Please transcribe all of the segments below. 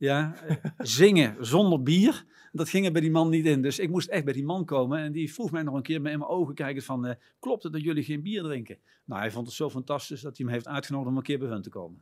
Ja, zingen zonder bier, dat ging er bij die man niet in. Dus ik moest echt bij die man komen en die vroeg mij nog een keer met in mijn ogen kijken van, klopt het dat jullie geen bier drinken? Nou, hij vond het zo fantastisch dat hij me heeft uitgenodigd om een keer bij hun te komen.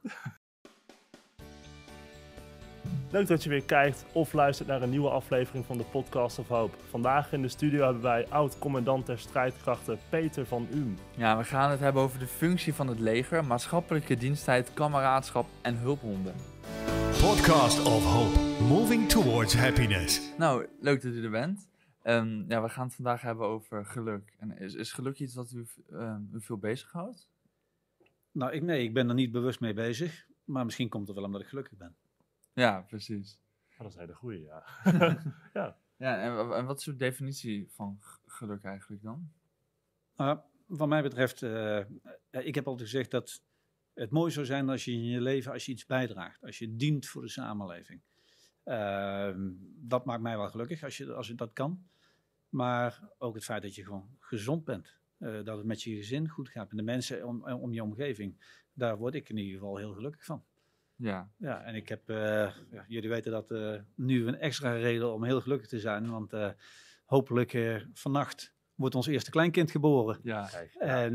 Leuk dat je weer kijkt of luistert naar een nieuwe aflevering van de Podcast of Hope. Vandaag in de studio hebben wij oud-commandant der strijdkrachten Peter van Uhm. Ja, we gaan het hebben over de functie van het leger, maatschappelijke diensttijd, kameraadschap en hulphonden. Podcast of Hope, moving towards happiness. Nou, leuk dat u er bent. We gaan het vandaag hebben over geluk. En is geluk iets dat u veel bezighoudt? Nou, ik ben er niet bewust mee bezig, maar misschien komt het wel omdat ik gelukkig ben. Ja, precies. Dat is een hele goeie, ja. Ja, en wat is uw definitie van geluk eigenlijk dan? Wat mij betreft, ik heb altijd gezegd dat het mooi zou zijn als je in je leven, als je iets bijdraagt, als je dient voor de samenleving. Dat maakt mij wel gelukkig als je dat kan. Maar ook het feit dat je gewoon gezond bent. Dat het met je gezin goed gaat. En de mensen om je omgeving. Daar word ik in ieder geval heel gelukkig van. Ja. Ja, en ik heb, jullie weten dat nu een extra reden om heel gelukkig te zijn. Want hopelijk vannacht wordt ons eerste kleinkind geboren. Ja. En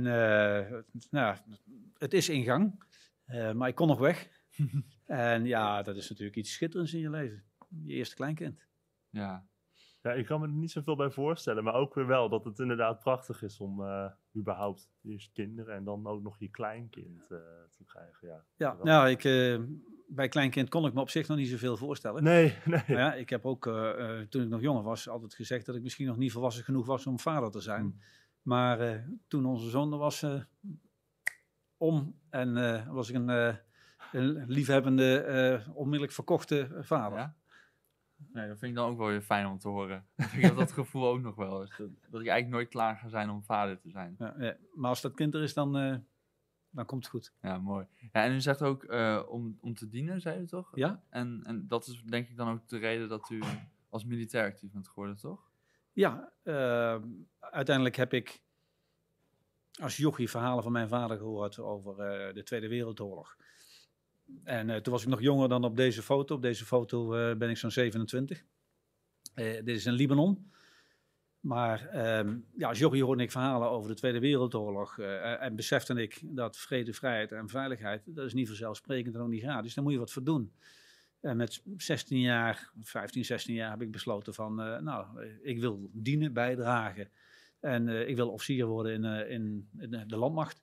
het is in gang. Maar ik kon nog weg. En ja, dat is natuurlijk iets schitterends in je leven. Je eerste kleinkind. Ja. Ja, ik kan me er niet zoveel bij voorstellen, maar ook weer wel dat het inderdaad prachtig is om überhaupt eerst kinderen en dan ook nog je kleinkind te krijgen. Ja, nou, bij kleinkind kon ik me op zich nog niet zoveel voorstellen. Nee. Ja, ik heb ook, toen ik nog jonger was, altijd gezegd dat ik misschien nog niet volwassen genoeg was om vader te zijn. Maar toen onze zoon er was, was ik een liefhebbende, onmiddellijk verkochte vader. Ja? Nee, dat vind ik dan ook wel weer fijn om te horen. Ik heb dat gevoel ook nog wel eens. Dat ik eigenlijk nooit klaar ga zijn om vader te zijn. Ja, maar als dat kind er is, dan komt het goed. Ja, mooi. Ja, en u zegt ook om te dienen, zei u toch? Ja. En dat is denk ik dan ook de reden dat u als militair actief bent geworden, toch? Ja, uiteindelijk heb ik als jochie verhalen van mijn vader gehoord over de Tweede Wereldoorlog. En toen was ik nog jonger dan op deze foto. Op deze foto ben ik zo'n 27. Dit is in Libanon. Maar als jochie hoorde ik verhalen over de Tweede Wereldoorlog. En besefte ik dat vrede, vrijheid en veiligheid, dat is niet vanzelfsprekend en ook niet gratis. Daar moet je wat voor doen. En met 15, 16 jaar heb ik besloten van, ik wil dienen, bijdragen. En ik wil officier worden in de landmacht.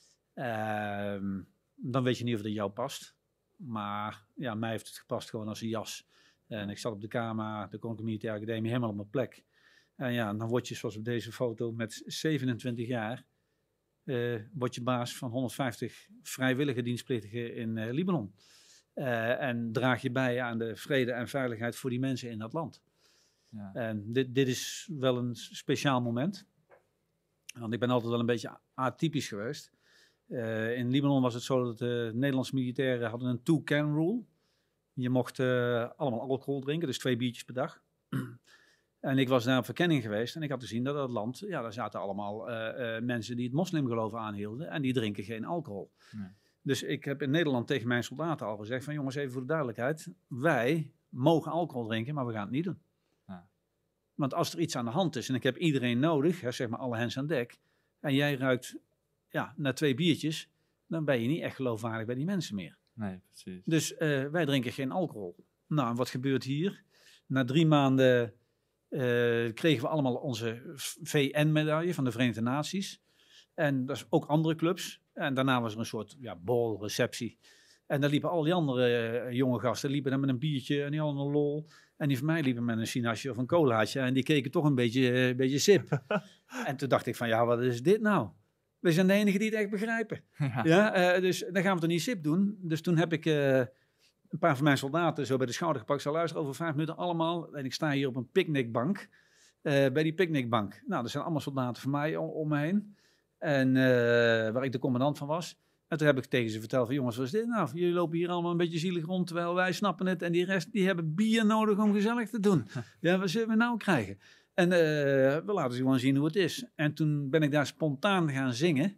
Dan weet je niet of het jou past. Maar ja, mij heeft het gepast gewoon als een jas. En ik zat op de KMA, de Koninklijke Militaire Academie, helemaal op mijn plek. En ja, dan word je zoals op deze foto met 27 jaar... word je baas van 150 vrijwillige dienstplichtigen in Libanon. En draag je bij aan de vrede en veiligheid voor die mensen in dat land. Ja. En dit is wel een speciaal moment. Want ik ben altijd wel een beetje atypisch geweest. In Libanon was het zo dat de Nederlandse militairen hadden een two-can rule. Je mocht allemaal alcohol drinken, dus 2 biertjes per dag. En ik was daar op verkenning geweest en ik had gezien dat dat land, ja, daar zaten allemaal mensen die het moslimgeloof aanhielden en die drinken geen alcohol. Nee. Dus ik heb in Nederland tegen mijn soldaten al gezegd van jongens, even voor de duidelijkheid, wij mogen alcohol drinken, maar we gaan het niet doen. Ja. Want als er iets aan de hand is en ik heb iedereen nodig, zeg maar alle hens aan dek, en jij ruikt na 2 biertjes, dan ben je niet echt geloofwaardig bij die mensen meer. Nee, precies. Dus wij drinken geen alcohol. Nou, en wat gebeurt hier? Na 3 maanden kregen we allemaal onze VN-medaille van de Verenigde Naties. En dat is ook andere clubs. En daarna was er een soort bal-receptie. En daar liepen al die andere jonge gasten liepen dan met een biertje en die hadden een lol. En die van mij liepen met een sinasje of een colaatje. En die keken toch een beetje sip. En toen dacht ik van, ja, wat is dit nou? We zijn de enigen die het echt begrijpen. Dus dan gaan we toch niet sip doen. Dus toen heb ik een paar van mijn soldaten zo bij de schouder gepakt. Ze luisteren over 5 minuten allemaal. En ik sta hier op een picknickbank. Bij die picknickbank. Nou, er zijn allemaal soldaten van mij om me heen. En waar ik de commandant van was. En toen heb ik tegen ze verteld van jongens, wat is dit nou? Jullie lopen hier allemaal een beetje zielig rond, terwijl wij snappen het. En die rest, die hebben bier nodig om gezellig te doen. Ja, wat zullen we nou krijgen? En we laten ze gewoon zien hoe het is. En toen ben ik daar spontaan gaan zingen.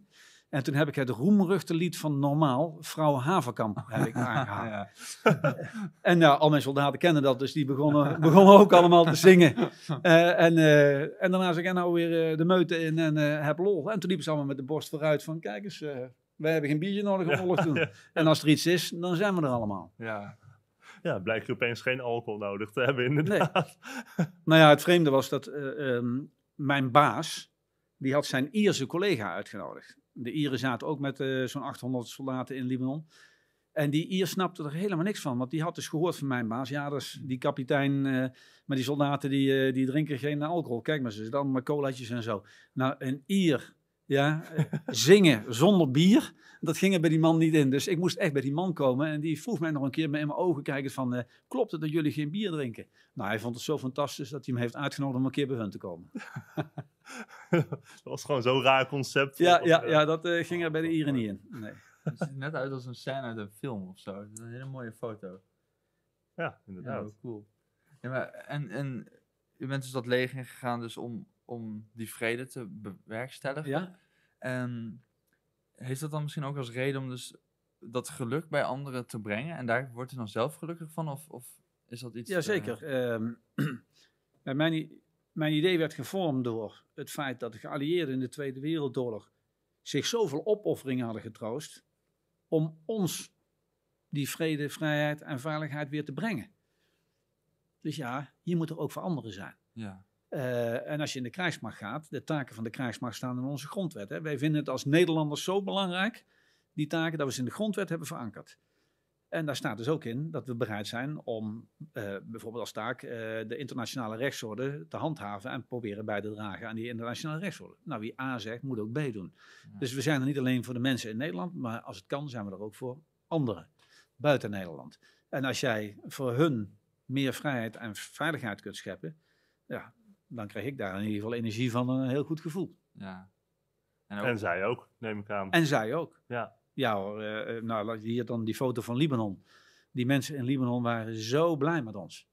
En toen heb ik het roemruchte lied van Normaal, Vrouw Haverkamp, heb ik aangehaald. En ja, al mijn soldaten kennen dat, dus die begonnen ook allemaal te zingen. En daarna zei ik, nou weer de meute in en heb lol. En toen liepen ze allemaal met de borst vooruit van, kijk eens, wij hebben geen biertje nodig om oorlog te doen. En als er iets is, dan zijn we er allemaal. Ja, blijkt er opeens geen alcohol nodig te hebben, inderdaad. Nee. Nou ja, het vreemde was dat mijn baas, die had zijn Ierse collega uitgenodigd. De Ieren zaten ook met zo'n 800 soldaten in Libanon. En die Ier snapte er helemaal niks van, want die had dus gehoord van mijn baas. Ja, dus die kapitein, maar die soldaten die drinken geen alcohol. Kijk maar, ze zitten allemaal met colaatjes en zo. Nou, een Ier, ja, zingen zonder bier, dat ging er bij die man niet in. Dus ik moest echt bij die man komen en die vroeg mij nog een keer in mijn ogen kijken van, klopt het dat jullie geen bier drinken? Nou, hij vond het zo fantastisch dat hij me heeft uitgenodigd om een keer bij hun te komen. Dat was gewoon zo'n raar concept. Ja, dat ging er bij de Ieren niet in. Nee. Het ziet er net uit als een scène uit een film of zo. Het is een hele mooie foto. Ja, inderdaad. Ja, cool. Ja, maar, en u bent dus dat leger ingegaan dus om die vrede te bewerkstelligen. Ja? En heeft dat dan misschien ook als reden om dus dat geluk bij anderen te brengen? En daar wordt u dan zelf gelukkig van? Of is dat iets... Jazeker. Mijn idee werd gevormd door het feit dat de geallieerden in de Tweede Wereldoorlog zich zoveel opofferingen hadden getroost om ons die vrede, vrijheid en veiligheid weer te brengen. Dus ja, hier moet er ook voor anderen zijn. Ja. En als je in de krijgsmacht gaat, de taken van de krijgsmacht staan in onze grondwet. Hè. Wij vinden het als Nederlanders zo belangrijk, die taken, dat we ze in de grondwet hebben verankerd. En daar staat dus ook in dat we bereid zijn om bijvoorbeeld als taak de internationale rechtsorde te handhaven en proberen bij te dragen aan die internationale rechtsorde. Nou, wie A zegt, moet ook B doen. Ja. Dus we zijn er niet alleen voor de mensen in Nederland, maar als het kan zijn we er ook voor anderen buiten Nederland. En als jij voor hun meer vrijheid en veiligheid kunt scheppen, ja, dan krijg ik daar in ieder geval energie van, een heel goed gevoel. Ja. En zij ook, neem ik aan. En zij ook. Ja. Ja hoor, nou hier dan die foto van Libanon. Die mensen in Libanon waren zo blij met ons.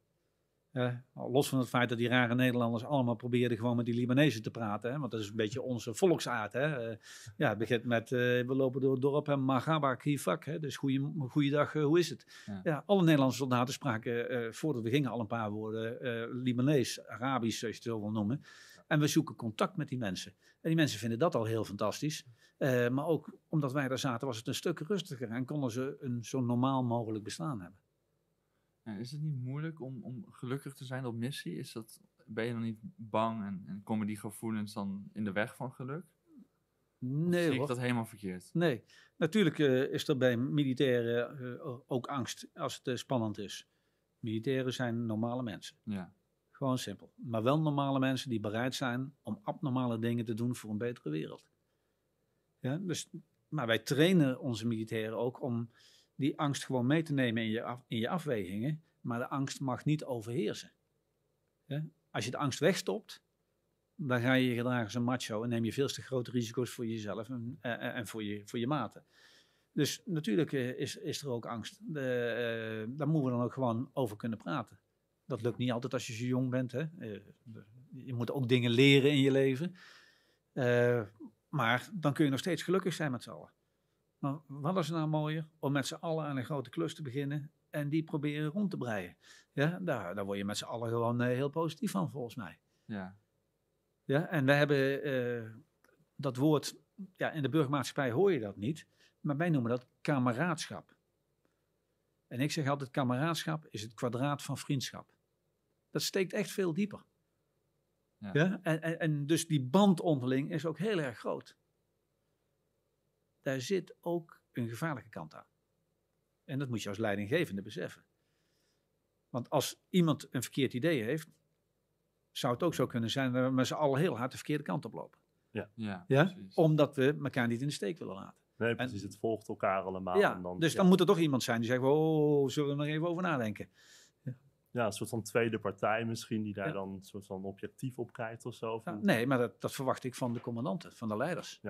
Los van het feit dat die rare Nederlanders allemaal probeerden gewoon met die Libanezen te praten. Hè, want dat is een beetje onze volksaard. Hè. Ja, het begint met, we lopen door het dorp en Magaba Kifak. Dus goeiedag, hoe is het? Ja. Ja, alle Nederlandse soldaten spraken, voordat we gingen, al een paar woorden Libanees, Arabisch, zoals je het zo wil noemen. En we zoeken contact met die mensen. En die mensen vinden dat al heel fantastisch. Maar ook omdat wij daar zaten, was het een stuk rustiger en konden ze een zo normaal mogelijk bestaan hebben. Ja, is het niet moeilijk om gelukkig te zijn op missie? Ben je dan niet bang en komen die gevoelens dan in de weg van geluk? Nee, zie ik hoor. dat helemaal verkeerd? Nee, natuurlijk is er bij militairen ook angst als het spannend is. Militairen zijn normale mensen. Ja. Gewoon simpel. Maar wel normale mensen die bereid zijn om abnormale dingen te doen voor een betere wereld. Ja, dus, maar wij trainen onze militairen ook om die angst gewoon mee te nemen in je afwegingen. Maar de angst mag niet overheersen. Ja? Als je de angst wegstopt, dan ga je je gedragen als een macho en neem je veel te grote risico's voor jezelf en voor je maten. Dus natuurlijk is er ook angst. Daar moeten we dan ook gewoon over kunnen praten. Dat lukt niet altijd als je zo jong bent. Hè? Je moet ook dingen leren in je leven. Maar dan kun je nog steeds gelukkig zijn met z'n allen. Nou, wat is nou mooier om met z'n allen aan een grote klus te beginnen en die proberen rond te breien. Ja, daar word je met z'n allen gewoon heel positief van, volgens mij. Ja. Ja, en we hebben dat woord, ja, in de burgermaatschappij hoor je dat niet, maar wij noemen dat kameraadschap. En ik zeg altijd, kameraadschap is het kwadraat van vriendschap. Dat steekt echt veel dieper. Ja. Ja? En dus die band onderling is ook heel erg groot. Daar zit ook een gevaarlijke kant aan. En dat moet je als leidinggevende beseffen. Want als iemand een verkeerd idee heeft, zou het ook zo kunnen zijn dat we met z'n allen heel hard de verkeerde kant op lopen. Ja, Ja? precies. Omdat we elkaar niet in de steek willen laten. Nee, precies. Het volgt elkaar allemaal. Ja, En dan, dus dan moet er toch iemand zijn die zegt, oh, zullen we er nog even over nadenken? Ja, een soort van tweede partij misschien, die daar Ja. dan een soort van objectief op kijkt of zo. Ja, nee, maar dat verwacht ik van de commandanten, van de leiders.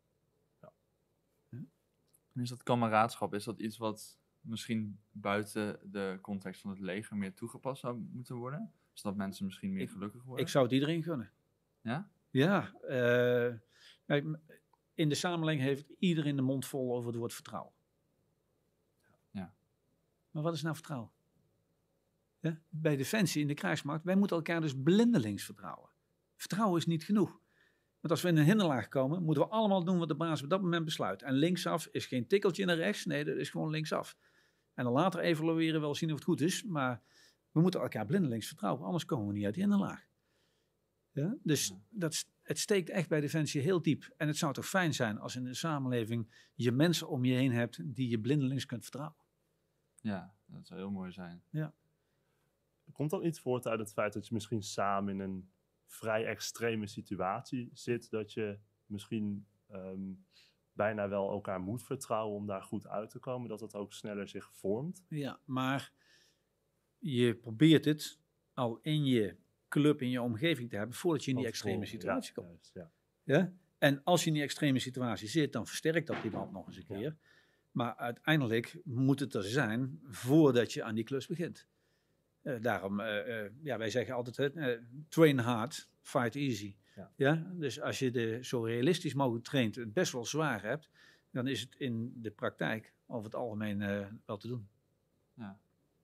En is dat kameraadschap, is dat iets wat misschien buiten de context van het leger meer toegepast zou moeten worden? Zodat mensen misschien meer gelukkig worden? Ik zou het iedereen gunnen. Ja? Ja, kijk, in de samenleving heeft iedereen de mond vol over het woord vertrouwen. Ja. Maar wat is nou vertrouwen? Ja? Bij Defensie in de krijgsmacht, wij moeten elkaar dus blindelings vertrouwen. Vertrouwen is niet genoeg. Want als we in een hinderlaag komen, moeten we allemaal doen wat de baas op dat moment besluit. En linksaf is geen tikkeltje naar rechts, nee, dat is gewoon linksaf. En dan later evalueren, wel zien of het goed is, maar we moeten elkaar blindelings vertrouwen, anders komen we niet uit die hinderlaag. Ja? Dus het steekt echt bij Defensie heel diep. En het zou toch fijn zijn als in de samenleving je mensen om je heen hebt die je blindelings kunt vertrouwen. Ja, dat zou heel mooi zijn. Komt dat niet voort uit het feit dat je misschien samen in een vrij extreme situatie zit, dat je misschien bijna wel elkaar moet vertrouwen om daar goed uit te komen, dat het ook sneller zich vormt? Ja, maar je probeert het al in je club, in je omgeving te hebben, voordat je in die extreme situatie komt. Juist, ja. Ja? En als je in die extreme situatie zit, dan versterkt dat die band nog eens een keer. Maar uiteindelijk moet het er zijn voordat je aan die klus begint. Daarom, wij zeggen altijd, train hard, fight easy. Ja. Ja? Dus als je zo realistisch mogelijk traint, het best wel zwaar hebt, dan is het in de praktijk over het algemeen wel te doen. Ja.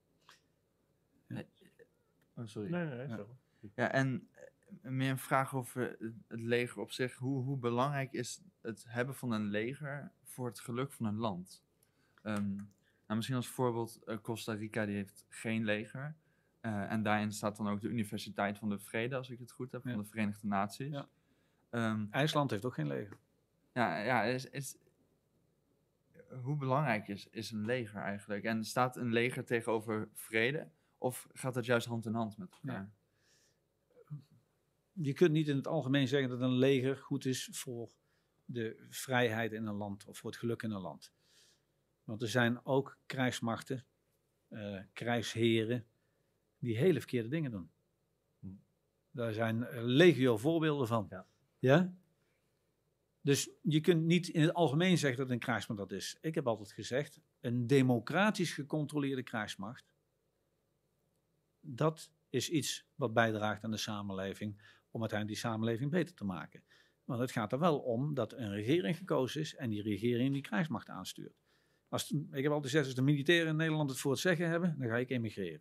Oh, sorry. Nee, Ja. zo. Ja, en meer een vraag over het leger op zich. Hoe belangrijk is het hebben van een leger voor het geluk van een land? Misschien als voorbeeld, Costa Rica die heeft geen leger. En daarin staat dan ook de Universiteit van de Vrede, als ik het goed heb, van de Verenigde Naties. Ja. IJsland heeft ook geen leger. Hoe belangrijk is een leger eigenlijk? En staat een leger tegenover vrede? Of gaat dat juist hand in hand met elkaar? Ja. Je kunt niet in het algemeen zeggen dat een leger goed is voor de vrijheid in een land of voor het geluk in een land. Want er zijn ook krijgsmachten, krijgsheren, die hele verkeerde dingen doen. Daar zijn legio voorbeelden van. Ja? Dus je kunt niet in het algemeen zeggen dat een krijgsmacht dat is. Ik heb altijd gezegd, een democratisch gecontroleerde krijgsmacht, dat is iets wat bijdraagt aan de samenleving om uiteindelijk die samenleving beter te maken. Want het gaat er wel om dat een regering gekozen is en die regering die krijgsmacht aanstuurt. Ik heb altijd gezegd, als de militairen in Nederland het voor het zeggen hebben, dan ga ik emigreren.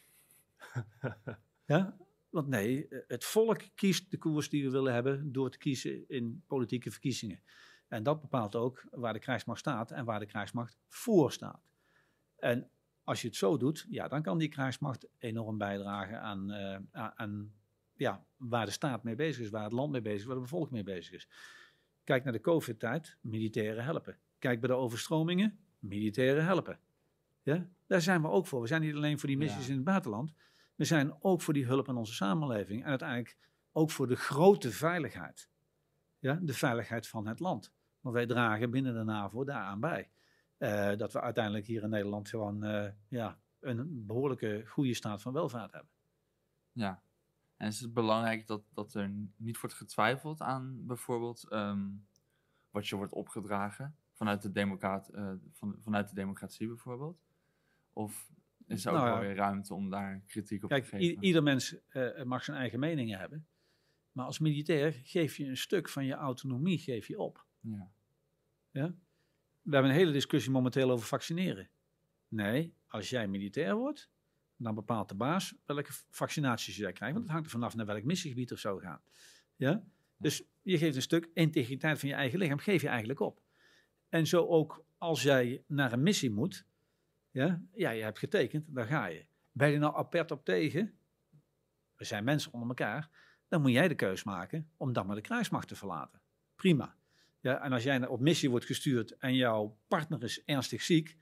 Ja? Want nee, het volk kiest de koers die we willen hebben door te kiezen in politieke verkiezingen. En dat bepaalt ook waar de krijgsmacht staat en waar de krijgsmacht voor staat. En als je het zo doet, ja, dan kan die krijgsmacht enorm bijdragen aan waar de staat mee bezig is, waar het land mee bezig is, waar de bevolking mee bezig is. Kijk naar de COVID-tijd, militairen helpen. Kijk bij de overstromingen, militairen helpen. Ja? Daar zijn we ook voor. We zijn niet alleen voor die missies in het buitenland. We zijn ook voor die hulp aan onze samenleving. En uiteindelijk ook voor de grote veiligheid. Ja? De veiligheid van het land. Want wij dragen binnen de NAVO daaraan bij. Dat we uiteindelijk hier in Nederland gewoon een behoorlijke goede staat van welvaart hebben. Ja. En is het belangrijk dat er niet wordt getwijfeld aan bijvoorbeeld wat je wordt opgedragen vanuit de democratie bijvoorbeeld? Of is er ook wel weer ruimte om daar kritiek op te geven? Ieder mens mag zijn eigen meningen hebben. Maar als militair geef je een stuk van je autonomie geef je op. Ja. Ja? We hebben een hele discussie momenteel over vaccineren. Nee, als jij militair wordt, dan bepaalt de baas welke vaccinaties jij krijgt. Want het hangt er vanaf naar welk missiegebied of zo gaat. Ja? Dus je geeft een stuk integriteit van je eigen lichaam, geef je eigenlijk op. En zo ook als jij naar een missie moet, je hebt getekend, dan ga je. Ben je nou apert op tegen, we zijn mensen onder elkaar, dan moet jij de keus maken om dan maar de krijgsmacht te verlaten. Prima. Ja, en als jij op missie wordt gestuurd en jouw partner is ernstig ziek,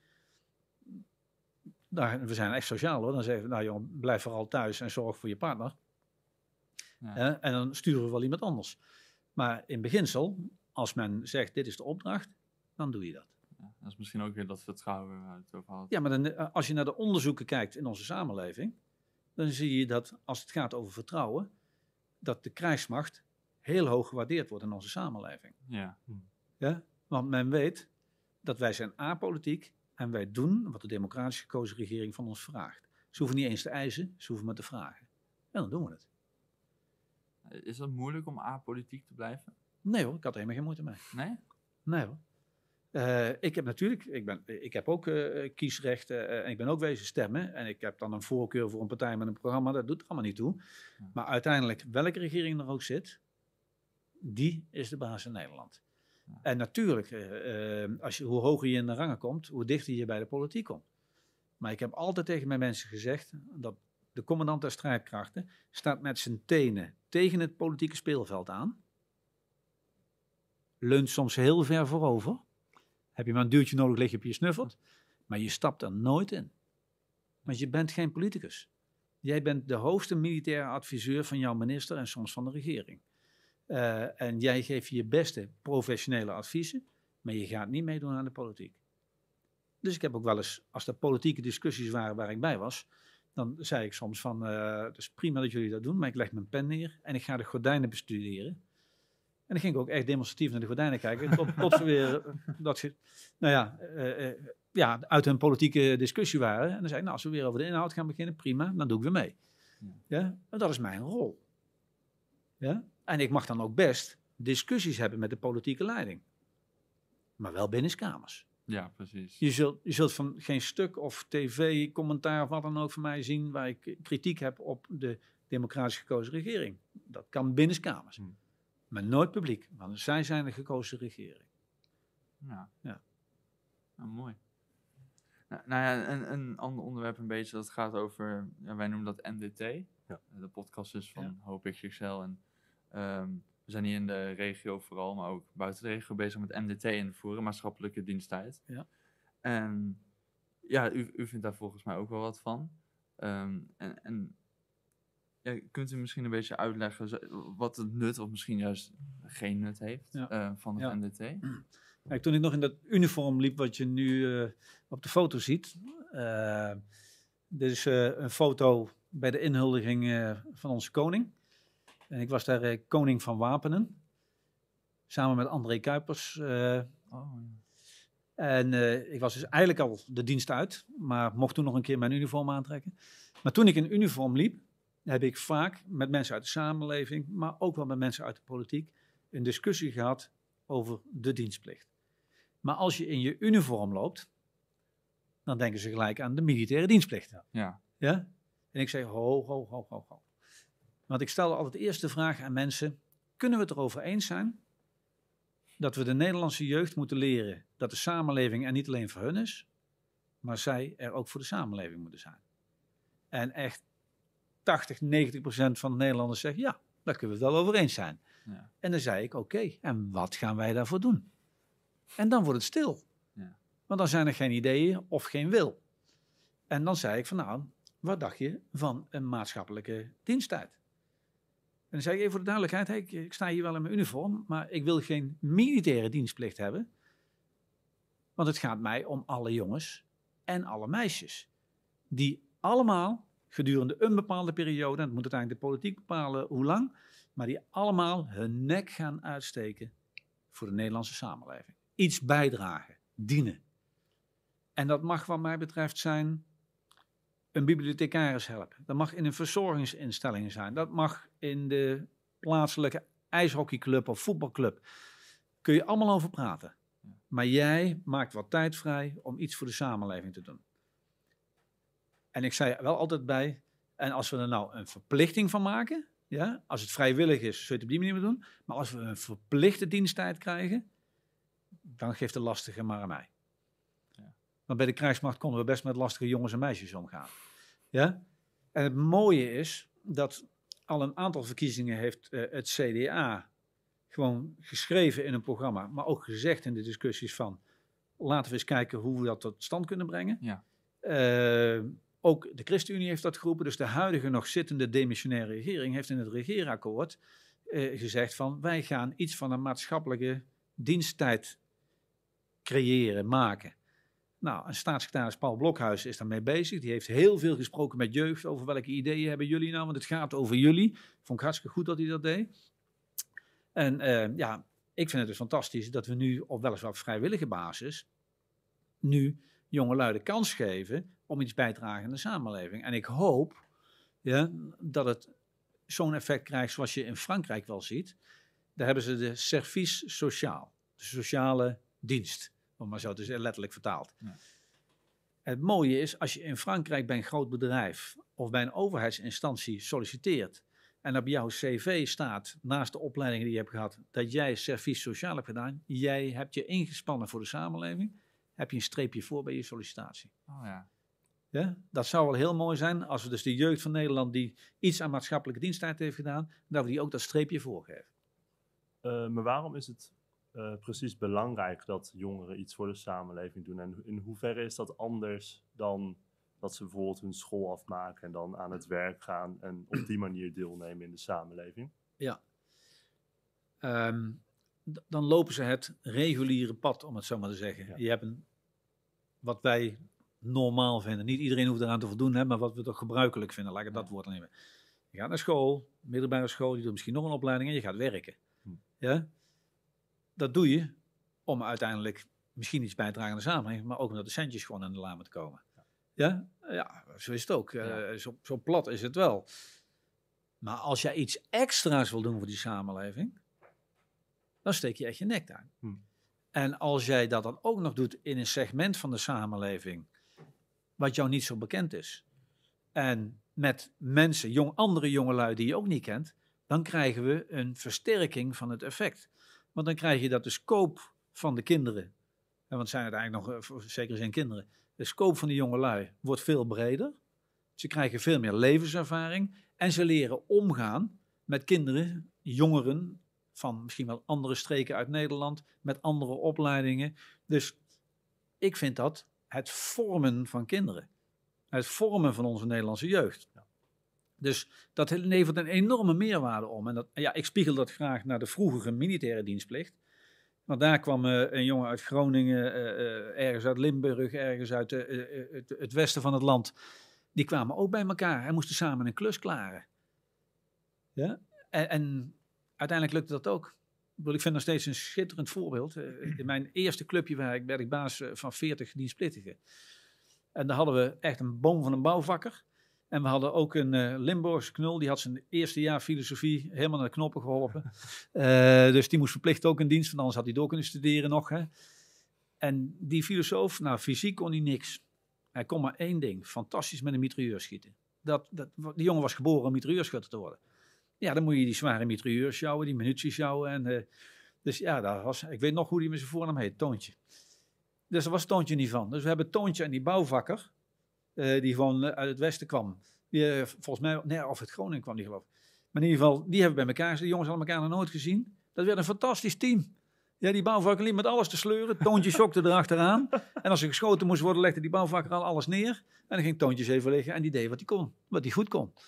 we zijn echt sociaal hoor, dan zeggen we, nou jongen, blijf vooral thuis en zorg voor je partner. Ja. En dan sturen we wel iemand anders. Maar in beginsel, als men zegt dit is de opdracht, dan doe je dat. Ja, dat is misschien ook weer dat vertrouwen waar het over had. Ja, maar dan, als je naar de onderzoeken kijkt in onze samenleving, dan zie je dat als het gaat over vertrouwen, dat de krijgsmacht heel hoog gewaardeerd wordt in onze samenleving. Ja. Ja? Want men weet dat wij zijn apolitiek en wij doen wat de democratisch gekozen regering van ons vraagt. Ze hoeven niet eens te eisen, ze hoeven maar te vragen. En dan doen we het. Is het moeilijk om apolitiek te blijven? Nee hoor, ik had er helemaal geen moeite mee. Nee? Nee hoor. Ik heb ook kiesrecht en ik ben ook wezen stemmen. En ik heb dan een voorkeur voor een partij met een programma, dat doet er allemaal niet toe. Ja. Maar uiteindelijk, welke regering er ook zit, die is de baas in Nederland. Ja. En natuurlijk, hoe hoger je in de rangen komt, hoe dichter je bij de politiek komt. Maar ik heb altijd tegen mijn mensen gezegd dat de commandant der strijdkrachten staat met zijn tenen tegen het politieke speelveld aan. Leunt soms heel ver voorover. Heb je maar een duwtje nodig, lig je op je snuffert. Maar je stapt er nooit in. Want je bent geen politicus. Jij bent de hoogste militaire adviseur van jouw minister en soms van de regering. En jij geeft je beste professionele adviezen, maar je gaat niet meedoen aan de politiek. Dus ik heb ook wel eens, als er politieke discussies waren waar ik bij was, dan zei ik soms van, het is prima dat jullie dat doen, maar ik leg mijn pen neer en ik ga de gordijnen bestuderen. En dan ging ik ook echt demonstratief naar de gordijnen kijken, tot ze weer, uit hun politieke discussie waren. En dan zei ik, nou, als we weer over de inhoud gaan beginnen, prima, dan doe ik weer mee. Ja? Maar dat is mijn rol. Ja? En ik mag dan ook best discussies hebben met de politieke leiding. Maar wel binnenskamers. Ja, precies. Je zult van geen stuk of tv-commentaar of wat dan ook van mij zien waar ik kritiek heb op de democratisch gekozen regering. Dat kan binnenskamers. Maar nooit publiek, want zij zijn de gekozen regering. Ja. Ja. Nou, mooi. Nou ja, een ander onderwerp een beetje, dat gaat over, wij noemen dat MDT. Ja. De podcast is van Hoop XXL. En we zijn hier in de regio vooral, maar ook buiten de regio bezig met MDT invoeren, maatschappelijke diensttijd. Ja. En ja, u vindt daar volgens mij ook wel wat van. Ja, kunt u misschien een beetje uitleggen wat het nut of misschien juist geen nut heeft van het MDT? Kijk, toen ik nog in dat uniform liep wat je nu op de foto ziet. Dit is een foto bij de inhuldiging van onze koning. En ik was daar koning van Wapenen. Samen met André Kuipers. En ik was dus eigenlijk al de dienst uit. Maar mocht toen nog een keer mijn uniform aantrekken. Maar toen ik in uniform liep, heb ik vaak met mensen uit de samenleving, maar ook wel met mensen uit de politiek, een discussie gehad over de dienstplicht. Maar als je in je uniform loopt, dan denken ze gelijk aan de militaire dienstplicht. Ja. Ja? En ik zei, ho. Want ik stelde altijd eerst de vraag aan mensen, kunnen we het erover eens zijn dat we de Nederlandse jeugd moeten leren dat de samenleving er niet alleen voor hun is, maar zij er ook voor de samenleving moeten zijn. En echt 80-90% van de Nederlanders zegt, ja, daar kunnen we het wel over eens zijn. Ja. En dan zei ik, oké, en wat gaan wij daarvoor doen? En dan wordt het stil. Ja. Want dan zijn er geen ideeën of geen wil. En dan zei ik van, nou, wat dacht je van een maatschappelijke diensttijd? En dan zei ik even voor de duidelijkheid, ik sta hier wel in mijn uniform, maar ik wil geen militaire dienstplicht hebben. Want het gaat mij om alle jongens en alle meisjes. Die allemaal gedurende een bepaalde periode, en het moet uiteindelijk de politiek bepalen hoe lang, maar die allemaal hun nek gaan uitsteken voor de Nederlandse samenleving. Iets bijdragen, dienen. En dat mag wat mij betreft zijn een bibliothecaris helpen. Dat mag in een verzorgingsinstelling zijn. Dat mag in de plaatselijke ijshockeyclub of voetbalclub. Kun je allemaal over praten. Maar jij maakt wat tijd vrij om iets voor de samenleving te doen. En ik zei er wel altijd bij, en als we er nou een verplichting van maken, ja, als het vrijwillig is, zul je het op die manier doen. Maar als we een verplichte diensttijd krijgen, dan geeft de lastige maar aan mij. Ja. Want bij de krijgsmacht konden we best met lastige jongens en meisjes omgaan. Ja? En het mooie is dat al een aantal verkiezingen heeft het CDA gewoon geschreven in een programma, maar ook gezegd in de discussies van, laten we eens kijken hoe we dat tot stand kunnen brengen. Ja. Ook de ChristenUnie heeft dat geroepen, dus de huidige nog zittende demissionaire regering heeft in het regeerakkoord gezegd van, wij gaan iets van een maatschappelijke diensttijd creëren, maken. Nou, en staatssecretaris Paul Blokhuis is daarmee bezig. Die heeft heel veel gesproken met jeugd over welke ideeën hebben jullie nou, want het gaat over jullie. Vond ik hartstikke goed dat hij dat deed. En ik vind het dus fantastisch dat we nu op weliswaar vrijwillige basis nu jongelui de kans geven om iets bij te dragen in de samenleving. En ik hoop dat het zo'n effect krijgt zoals je in Frankrijk wel ziet. Daar hebben ze de service sociaal. de sociale dienst, om maar zo te zeggen, letterlijk vertaald. Ja. Het mooie is, als je in Frankrijk bij een groot bedrijf of bij een overheidsinstantie solliciteert en op jouw cv staat, naast de opleidingen die je hebt gehad, dat jij service sociaal hebt gedaan, jij hebt je ingespannen voor de samenleving, heb je een streepje voor bij je sollicitatie. Oh ja. Ja? Dat zou wel heel mooi zijn als we dus de jeugd van Nederland die iets aan maatschappelijke diensttijd heeft gedaan, dat we die ook dat streepje voorgeven. Maar waarom is het precies belangrijk dat jongeren iets voor de samenleving doen? En in hoeverre is dat anders dan dat ze bijvoorbeeld hun school afmaken en dan aan het werk gaan en op die manier deelnemen in de samenleving? Ja. Dan lopen ze het reguliere pad, om het zo maar te zeggen. Ja. Je hebt wat wij normaal vinden. Niet iedereen hoeft eraan te voldoen, hè, maar wat we toch gebruikelijk vinden. Laat ik dat woord dan nemen. Je gaat naar school, middelbare school, je doet misschien nog een opleiding en je gaat werken. Ja? Dat doe je om uiteindelijk misschien iets bij te dragen aan de samenleving, maar ook omdat de centjes gewoon in de la moeten komen. Ja? Ja, zo is het ook. Zo plat is het wel. Maar als jij iets extra's wil doen voor die samenleving, dan steek je echt je nek uit. En als jij dat dan ook nog doet in een segment van de samenleving, wat jou niet zo bekend is, en met mensen, andere jongelui die je ook niet kent, dan krijgen we een versterking van het effect. Want dan krijg je dat de scope van de kinderen, want het zijn uiteindelijk nog zeker zijn kinderen, de scope van de jongelui wordt veel breder. Ze krijgen veel meer levenservaring en ze leren omgaan met kinderen, jongeren van misschien wel andere streken uit Nederland, met andere opleidingen. Dus ik vind dat het vormen van kinderen. Het vormen van onze Nederlandse jeugd. Ja. Dus dat levert een enorme meerwaarde om. En dat, ja, ik spiegel dat graag naar de vroegere militaire dienstplicht. Want daar kwam een jongen uit Groningen, ergens uit Limburg, ergens uit het westen van het land. Die kwamen ook bij elkaar en moesten samen een klus klaren. Ja? En uiteindelijk lukte dat ook. Ik vind nog steeds een schitterend voorbeeld. In mijn eerste clubje werd ik baas van 40 dienstplichtigen. En daar hadden we echt een boom van een bouwvakker. En we hadden ook een Limburgse knul. Die had zijn eerste jaar filosofie helemaal naar de knoppen geholpen. Dus die moest verplicht ook in dienst. Want anders had hij door kunnen studeren nog. Hè. En die filosoof, nou fysiek kon hij niks. Hij kon maar één ding. Fantastisch met een mitrailleur schieten. Die jongen was geboren om mitrailleurschutter te worden. Ja, dan moet je die zware mitrailleurs sjouwen, die munities sjouwen. Dus ja, ik weet nog hoe die met zijn voornaam heet, Toontje. Dus daar was Toontje niet van. Dus we hebben Toontje en die bouwvakker, die gewoon uit het westen kwam. Die, volgens mij, nee, of uit Groningen kwam die geloof ik. Maar in ieder geval, die hebben we bij elkaar gezet. Die jongens hadden elkaar nog nooit gezien. Dat werd een fantastisch team. Ja, die bouwvakker liep met alles te sleuren. Toontje schokte erachteraan. En als er geschoten moest worden, legde die bouwvakker al alles neer. En dan ging Toontjes even liggen en die deed wat hij kon. Wat hij goed kon.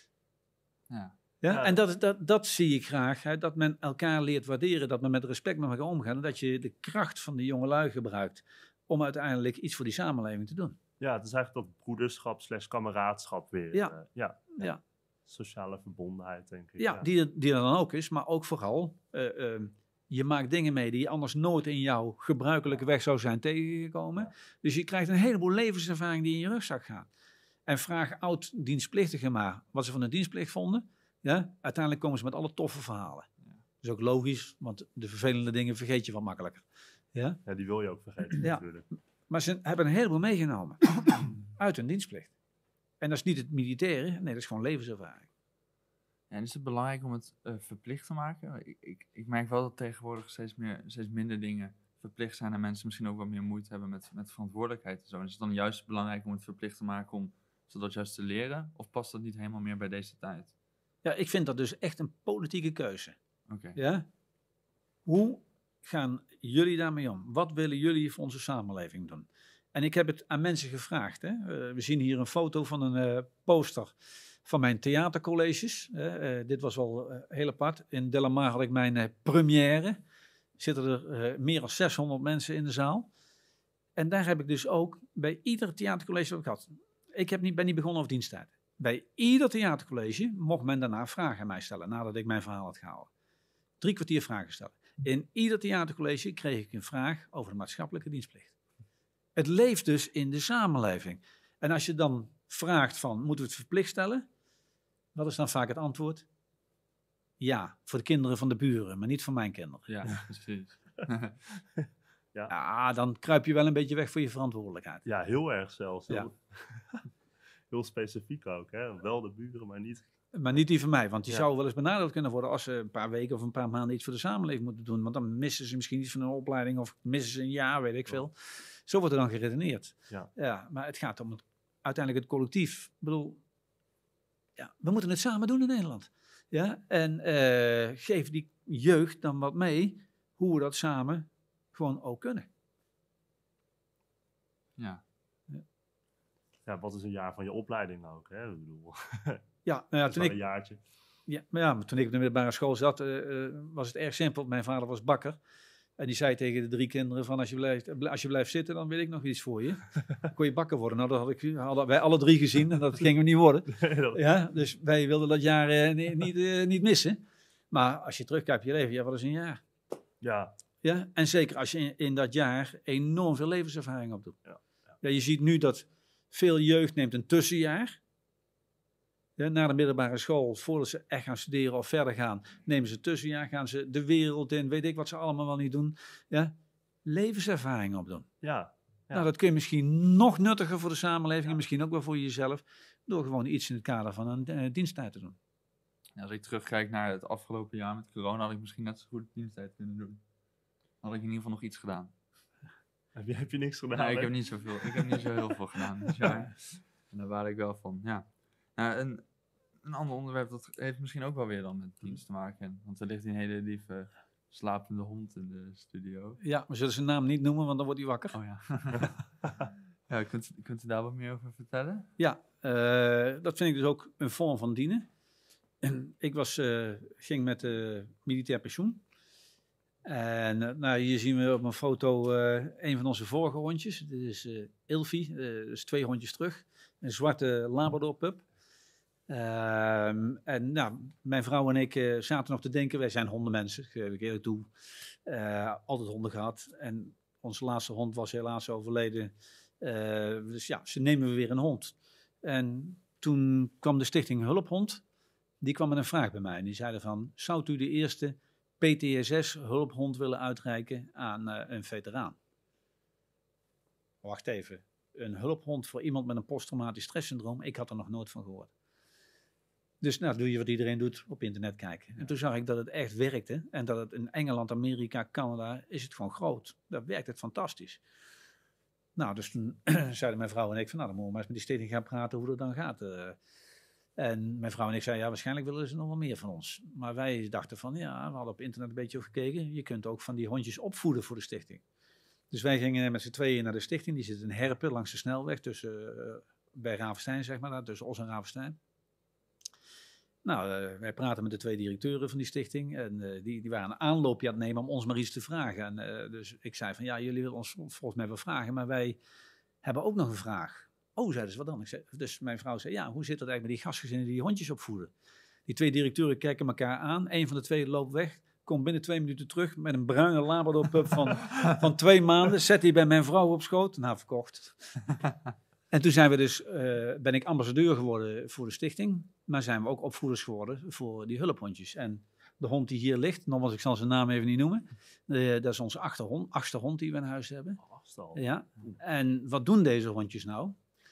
Ja. Ja, en dat zie ik graag, hè, dat men elkaar leert waarderen, dat men met respect met elkaar omgaat en dat je de kracht van de jongelui gebruikt om uiteindelijk iets voor die samenleving te doen. Ja, het is eigenlijk dat broederschap / kameraadschap weer. Ja. Sociale verbondenheid, denk ik. Ja, die er dan ook is, maar ook vooral, je maakt dingen mee die je anders nooit in jouw gebruikelijke weg zou zijn tegengekomen. Ja. Dus je krijgt een heleboel levenservaring die in je rugzak gaat. En vraag oud-dienstplichtigen maar wat ze van de dienstplicht vonden. Ja, uiteindelijk komen ze met alle toffe verhalen. Ja. Dat is ook logisch, want de vervelende dingen vergeet je wel makkelijker. Ja, ja, die wil je ook vergeten natuurlijk. Maar ze hebben een heleboel meegenomen uit hun dienstplicht. En dat is niet het militaire, nee, dat is gewoon levenservaring. Ja, en is het belangrijk om het verplicht te maken? Ik merk wel dat tegenwoordig steeds minder dingen verplicht zijn en mensen misschien ook wat meer moeite hebben met verantwoordelijkheid en zo. En is het dan juist belangrijk om het verplicht te maken zodat juist te leren? Of past dat niet helemaal meer bij deze tijd? Ja, ik vind dat dus echt een politieke keuze. Okay. Ja? Hoe gaan jullie daarmee om? Wat willen jullie voor onze samenleving doen? En ik heb het aan mensen gevraagd. Hè? We zien hier een foto van een poster van mijn theatercolleges. Dit was wel heel apart. In Delamar had ik mijn première. Zitten er meer dan 600 mensen in de zaal. En daar heb ik dus ook bij ieder theatercollege dat ik had. Ik ben niet begonnen over diensttijd. Bij ieder theatercollege mocht men daarna vragen aan mij stellen, nadat ik mijn verhaal had gehouden. 3 kwartier vragen stellen. In ieder theatercollege kreeg ik een vraag over de maatschappelijke dienstplicht. Het leeft dus in de samenleving. En als je dan vraagt van, moeten we het verplicht stellen? Wat is dan vaak het antwoord? Ja, voor de kinderen van de buren, maar niet voor mijn kinderen. Ja, precies. Ja, dan kruip je wel een beetje weg voor je verantwoordelijkheid. Ja, heel erg zelfs. Ja. Heel, heel specifiek ook. Hè? Wel de buren, maar niet... Maar niet die van mij, want die Ja. zou wel eens benadeeld kunnen worden als ze een paar weken of een paar maanden iets voor de samenleving moeten doen. Want dan missen ze misschien iets van een opleiding of missen ze een jaar, weet ik veel. Zo wordt er dan geredeneerd. Ja. Maar het gaat om uiteindelijk het collectief. Ik bedoel, we moeten het samen doen in Nederland. Ja? En geef die jeugd dan wat mee hoe we dat samen gewoon ook kunnen. Ja. Ja, wat is een jaar van je opleiding ook? Hè? Ik bedoel, Ja, nou ja, toen een jaartje. Maar toen ik op de middelbare school zat, was het erg simpel. Mijn vader was bakker. En die zei tegen de 3 kinderen van als je blijft zitten, dan weet ik nog iets voor je. Dan kon je bakker worden. Nou, dat hadden wij alle 3 gezien en dat gingen we niet worden. Ja, dus wij wilden dat jaar niet missen. Maar als je terugkijkt op je leven, wat is een jaar? Ja. Ja, en zeker als je in dat jaar enorm veel levenservaring opdoet. Ja. Je ziet nu dat veel jeugd neemt een tussenjaar. Ja, na de middelbare school, voordat ze echt gaan studeren of verder gaan, nemen ze een tussenjaar, gaan ze de wereld in, weet ik wat ze allemaal wel niet doen. Ja, levenservaring opdoen. Ja. Nou, dat kun je misschien nog nuttiger voor de samenleving en misschien ook wel voor jezelf, door gewoon iets in het kader van een diensttijd te doen. Ja, als ik terugkijk naar het afgelopen jaar met corona, had ik misschien net zo goed diensttijd kunnen doen. Had ik in ieder geval nog iets gedaan. Heb je niks gedaan? Nee, ik hè? heb niet zoveel. Ik heb niet zo heel veel gedaan. Dus ja, en daar waar ik wel van. Ja. Nou, een ander onderwerp, dat heeft misschien ook wel weer dan met dienst te maken. Want er ligt een hele lieve slapende hond in de studio. Ja, we zullen zijn naam niet noemen, want dan wordt hij wakker. Oh ja. Ja, kunt u daar wat meer over vertellen? Ja, dat vind ik dus ook een vorm van dienen. Ik ging met militair pensioen. En hier zien we op een foto een van onze vorige hondjes. Dit is Ilfie, dus 2 hondjes terug. Een zwarte Labrador pup. Mijn vrouw en ik zaten nog te denken, wij zijn hondenmensen, geef ik eerlijk toe. Altijd honden gehad. En onze laatste hond was helaas overleden. Dus ze nemen we weer een hond. En toen kwam de stichting Hulphond. Die kwam met een vraag bij mij. En die zeiden van, zou u de eerste PTSS-hulphond willen uitreiken aan een veteraan? Wacht even. Een hulphond voor iemand met een posttraumatisch stresssyndroom? Ik had er nog nooit van gehoord. Dus doe je wat iedereen doet, op internet kijken. Ja. En toen zag ik dat het echt werkte. En dat het in Engeland, Amerika, Canada, is het gewoon groot. Daar werkt het fantastisch. Nou, dus toen zeiden mijn vrouw en ik van, dan moeten we maar eens met die stichting gaan praten hoe dat dan gaat. En mijn vrouw en ik zeiden, waarschijnlijk willen ze nog wel meer van ons. Maar wij dachten van, we hadden op internet een beetje gekeken. Je kunt ook van die hondjes opvoeden voor de stichting. Dus wij gingen met z'n tweeën naar de stichting. Die zit in Herpen, langs de snelweg, bij Ravenstein, zeg maar, tussen Os en Ravenstein. Nou, wij praten met de 2 directeuren van die stichting. En die waren een aanloopje aan het nemen om ons maar iets te vragen. En dus ik zei van, jullie willen ons volgens mij wel vragen, maar wij hebben ook nog een vraag. Oh, zeiden ze, wat dan? Dus mijn vrouw zei, hoe zit dat eigenlijk met die gastgezinnen die hondjes opvoeden? Die 2 directeuren kijken elkaar aan. Een van de 2 loopt weg, komt binnen 2 minuten terug met een bruine Labrador pup van 2 maanden. Zet die bij mijn vrouw op schoot. Nou, verkocht. En toen ben ik ambassadeur geworden voor de stichting. Maar zijn we ook opvoeders geworden voor die hulphondjes. En de hond die hier ligt, nogmaals, ik zal zijn naam even niet noemen. Dat is onze 8e hond die we in huis hebben. Ja. En wat doen deze hondjes nou?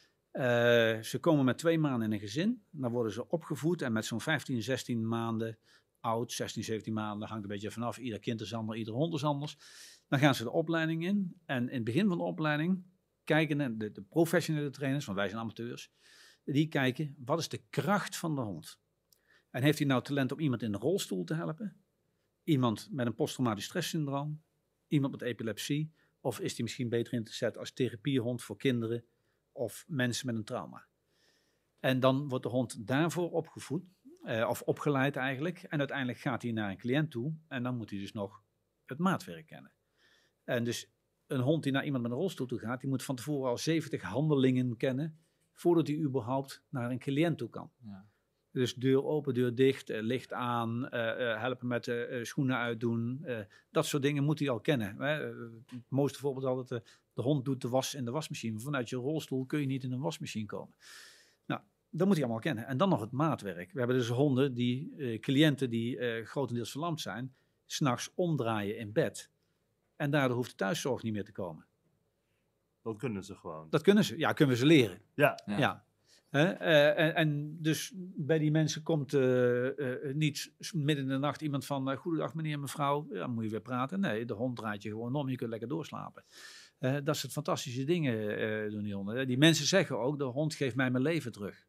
Ze komen met 2 maanden in een gezin. Dan worden ze opgevoed en met zo'n 15, 16 maanden oud, 16, 17 maanden, hangt een beetje vanaf. Ieder kind is anders, ieder hond is anders. Dan gaan ze de opleiding in. En in het begin van de opleiding kijken de professionele trainers, want wij zijn amateurs, die kijken, wat is de kracht van de hond? En heeft hij nou talent om iemand in de rolstoel te helpen? Iemand met een posttraumatisch stresssyndroom? Iemand met epilepsie? Of is hij misschien beter in te zetten als therapiehond voor kinderen of mensen met een trauma? En dan wordt de hond daarvoor opgevoed, of opgeleid eigenlijk. En uiteindelijk gaat hij naar een cliënt toe en dan moet hij dus nog het maatwerk kennen. En dus een hond die naar iemand met een rolstoel toe gaat, die moet van tevoren al 70 handelingen kennen voordat hij überhaupt naar een cliënt toe kan. Ja. Dus deur open, deur dicht, licht aan, helpen met schoenen uitdoen. Dat soort dingen moet hij al kennen. Het mooiste voorbeeld is altijd, de hond doet de was in de wasmachine. Vanuit je rolstoel kun je niet in een wasmachine komen. Nou, dat moet hij allemaal kennen. En dan nog het maatwerk. We hebben dus honden, cliënten die grotendeels verlamd zijn, 's nachts omdraaien in bed. En daardoor hoeft de thuiszorg niet meer te komen. Dat kunnen ze gewoon. Dat kunnen ze. Ja, kunnen we ze leren. Ja, Ja. En dus bij die mensen komt niet midden in de nacht iemand van... goedendag meneer, mevrouw, ja, moet je weer praten. Nee, de hond draait je gewoon om, je kunt lekker doorslapen. Dat soort fantastische dingen doen die honden. Die mensen zeggen ook, de hond geeft mij mijn leven terug.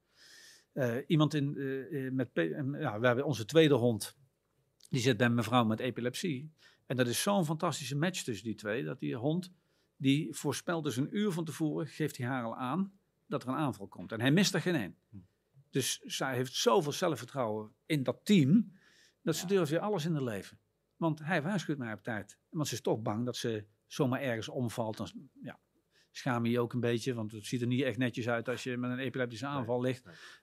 We hebben onze tweede hond, die zit bij mevrouw met epilepsie. En dat is zo'n fantastische match tussen die twee, dat die hond, die voorspelt dus een uur van tevoren, geeft hij haar al aan dat er een aanval komt. En hij mist er geen één. Dus zij heeft zoveel zelfvertrouwen in dat team, dat ze durft weer alles in haar leven. Want hij waarschuwt mij op tijd. Want ze is toch bang dat ze zomaar ergens omvalt. Dan schaam je je ook een beetje, want het ziet er niet echt netjes uit als je met een epileptische aanval ligt.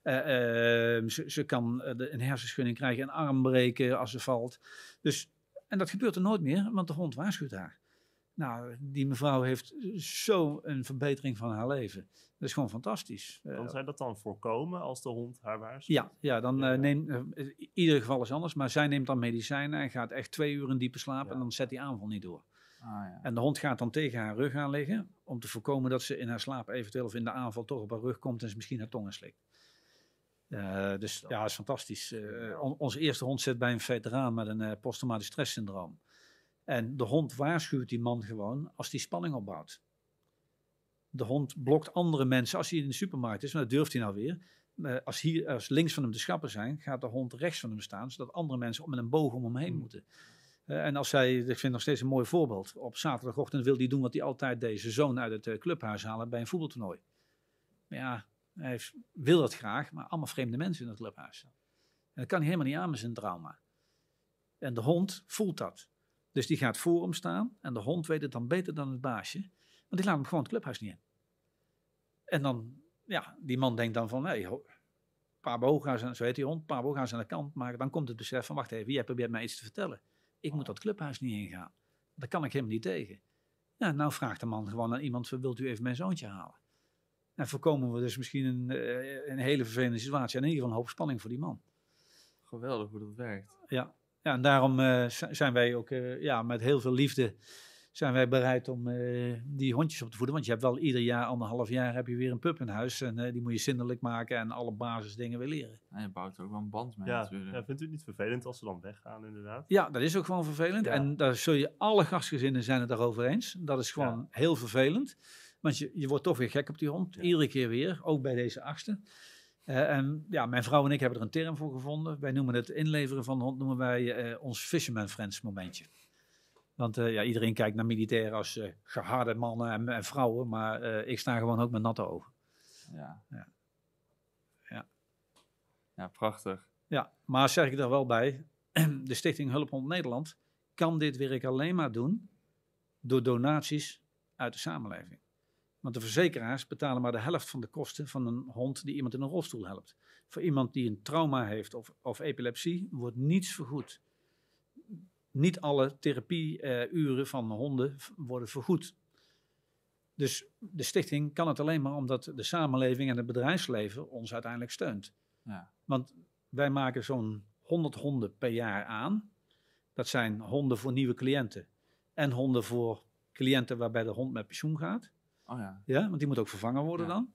Ze kan een hersenschudding krijgen, een arm breken als ze valt. Dus, en dat gebeurt er nooit meer, want de hond waarschuwt haar. Nou, die mevrouw heeft zo een verbetering van haar leven. Dat is gewoon fantastisch. Kan zij dat dan voorkomen als de hond haar waarschuwt? Ieder geval is anders, maar zij neemt dan medicijnen en gaat echt 2 uur in diepe slaap en dan zet die aanval niet door. En de hond gaat dan tegen haar rug aan liggen om te voorkomen dat ze in haar slaap eventueel of in de aanval toch op haar rug komt en ze misschien haar tong aanslikt. Dus dat is fantastisch. Onze eerste hond zit bij een veteraan met een posttraumatisch stresssyndroom. En de hond waarschuwt die man gewoon als die spanning opbouwt. De hond blokt andere mensen als hij in de supermarkt is, maar dat durft hij nou weer. Als links van hem de schappen zijn, gaat de hond rechts van hem staan, zodat andere mensen met een boog om hem heen moeten. En ik vind het nog steeds een mooi voorbeeld. Op zaterdagochtend wil hij doen wat hij altijd deed. Zijn zoon uit het clubhuis halen bij een voetbaltoernooi. Maar ja, hij wil dat graag, maar allemaal vreemde mensen in het clubhuis. En dat kan hij helemaal niet aan met zijn trauma. En de hond voelt dat. Dus die gaat voor hem staan en de hond weet het dan beter dan het baasje. Want die laat hem gewoon het clubhuis niet in. En dan, die man denkt dan van, een paar booghaars, zo heet die hond, een paar booghaars aan de kant. Maar dan komt het besef van, wacht even, jij probeert mij iets te vertellen. Ik moet dat clubhuis niet ingaan. Daar kan ik helemaal niet tegen. Ja, nou vraagt de man gewoon aan iemand, wilt u even mijn zoontje halen? En voorkomen we dus misschien een hele vervelende situatie. En in ieder geval een hoop spanning voor die man. Geweldig hoe dat werkt. Ja, en daarom zijn wij ook met heel veel liefde zijn wij bereid om die hondjes op te voeden. Want je hebt wel ieder jaar, 1,5 jaar, heb je weer een pup in huis. En die moet je zindelijk maken en alle basisdingen weer leren. En je bouwt er ook wel een band mee natuurlijk. Ja, vindt u het niet vervelend als ze dan weggaan inderdaad? Ja, dat is ook gewoon vervelend. Ja. En daar zul je, alle gastgezinnen zijn het daarover eens. Dat is gewoon heel vervelend. Want je wordt toch weer gek op die hond. Ja. Iedere keer weer, ook bij deze 8e. Mijn vrouw en ik hebben er een term voor gevonden. Wij noemen het inleveren van de hond, noemen wij ons Fisherman Friends momentje. Want iedereen kijkt naar militairen als geharde mannen en vrouwen, maar ik sta gewoon ook met natte ogen. Ja, prachtig. Ja, maar zeg ik er wel bij, de Stichting Hulphond Nederland kan dit werk alleen maar doen door donaties uit de samenleving. Want de verzekeraars betalen maar de helft van de kosten van een hond die iemand in een rolstoel helpt. Voor iemand die een trauma heeft of epilepsie wordt niets vergoed. Niet alle therapieuren van honden worden vergoed. Dus de stichting kan het alleen maar omdat de samenleving en het bedrijfsleven ons uiteindelijk steunt. Ja. Want wij maken zo'n 100 honden per jaar aan. Dat zijn honden voor nieuwe cliënten. En honden voor cliënten waarbij de hond met pensioen gaat. Oh ja. Ja, want die moet ook vervangen worden dan.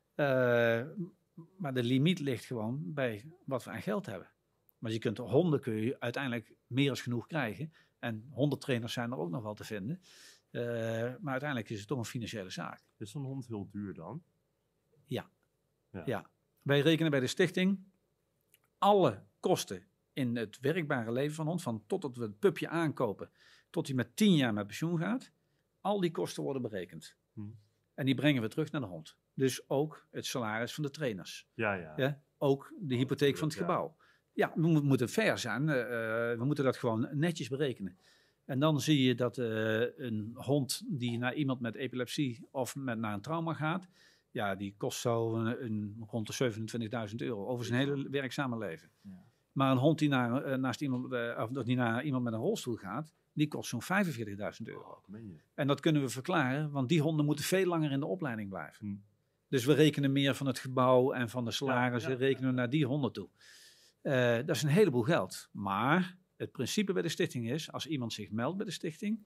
Maar de limiet ligt gewoon bij wat we aan geld hebben. Want honden kun je uiteindelijk meer als genoeg krijgen. En hondentrainers zijn er ook nog wel te vinden. Maar uiteindelijk is het toch een financiële zaak. Is zo'n hond heel duur dan? Ja. Wij rekenen bij de stichting alle kosten in het werkbare leven van hond, van totdat we het pupje aankopen, tot hij met 10 jaar met pensioen gaat. Al die kosten worden berekend. En die brengen we terug naar de hond. Dus ook het salaris van de trainers. Ja, ook de hypotheek van het gebouw. Ja, we moeten fair zijn. We moeten dat gewoon netjes berekenen. En dan zie je dat een hond die naar iemand met epilepsie of naar een trauma gaat, ja, die kost zo rond de €27.000 over zijn hele werkzame leven. Ja. Maar een hond die naar iemand met een rolstoel gaat, die kost zo'n €45.000. En dat kunnen we verklaren, want die honden moeten veel langer in de opleiding blijven. Dus we rekenen meer van het gebouw en van de salarissen, rekenen we naar die honden toe. Dat is een heleboel geld. Maar het principe bij de stichting is, als iemand zich meldt bij de stichting